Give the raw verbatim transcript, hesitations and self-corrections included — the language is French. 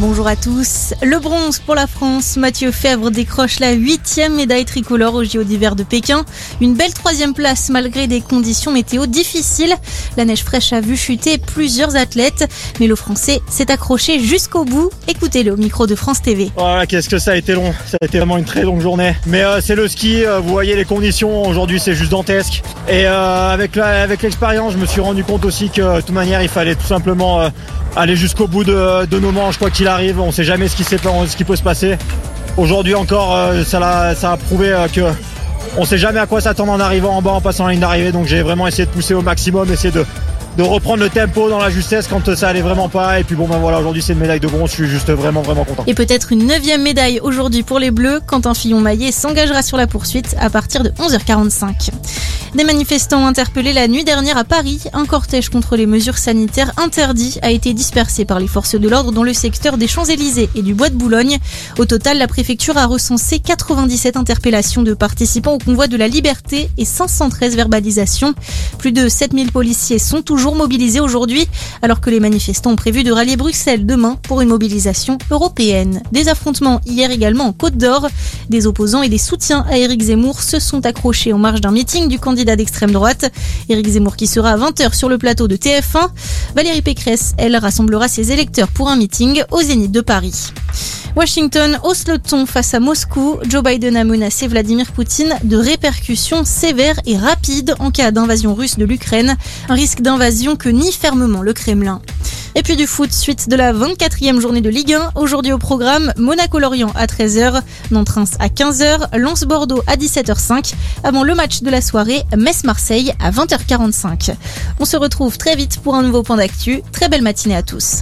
Bonjour à tous. Le bronze pour la France. Mathieu Febvre décroche la huitième médaille tricolore aux J O d'hiver de Pékin. Une belle troisième place malgré des conditions météo difficiles. La neige fraîche a vu chuter plusieurs athlètes. Mais le Français s'est accroché jusqu'au bout. Écoutez-le au micro de France T V. Voilà, qu'est-ce que ça a été long. Ça a été vraiment une très longue journée. Mais euh, c'est le ski. Euh, vous voyez les conditions. Aujourd'hui, c'est juste dantesque. Et euh, avec, la, avec l'expérience, je me suis rendu compte aussi que de toute manière, il fallait tout simplement... Euh, aller jusqu'au bout de, de nos manches, quoi qu'il arrive. On ne sait jamais ce qui, ce qui peut se passer. Aujourd'hui encore, euh, ça, a, ça a prouvé euh, que on ne sait jamais à quoi s'attendre en arrivant en bas, en passant la ligne d'arrivée. Donc j'ai vraiment essayé de pousser au maximum, essayer de, de reprendre le tempo dans la justesse quand ça allait vraiment pas. Et puis bon ben voilà, aujourd'hui c'est une médaille de bronze. Je suis juste vraiment vraiment content. Et peut-être une neuvième médaille aujourd'hui pour les Bleus. Quentin Fillon-Maillet s'engagera sur la poursuite à partir de onze heures quarante-cinq. Des manifestants interpellés la nuit dernière à Paris. Un cortège contre les mesures sanitaires interdites a été dispersé par les forces de l'ordre dans le secteur des Champs-Élysées et du Bois de Boulogne. Au total, la préfecture a recensé quatre-vingt-dix-sept interpellations de participants au convoi de la liberté et cinq cent treize verbalisations. Plus de sept mille policiers sont toujours mobilisés aujourd'hui, alors que les manifestants ont prévu de rallier Bruxelles demain pour une mobilisation européenne. Des affrontements hier également en Côte d'Or. Des opposants et des soutiens à Éric Zemmour se sont accrochés en marge d'un meeting du candidat d'extrême droite. Éric Zemmour qui sera à vingt heures sur le plateau de T F un. Valérie Pécresse, elle, rassemblera ses électeurs pour un meeting au Zénith de Paris. Washington hausse le ton face à Moscou. Joe Biden a menacé Vladimir Poutine de répercussions sévères et rapides en cas d'invasion russe de l'Ukraine. Un risque d'invasion que nie fermement le Kremlin. Et puis du foot, suite de la vingt-quatrième journée de Ligue un. Aujourd'hui au programme, Monaco-Lorient à treize heures, Nantes-Reims à quinze heures, Lens-Bordeaux à dix-sept heures cinq. Avant le match de la soirée, Metz-Marseille à vingt heures quarante-cinq. On se retrouve très vite pour un nouveau point d'actu. Très belle matinée à tous.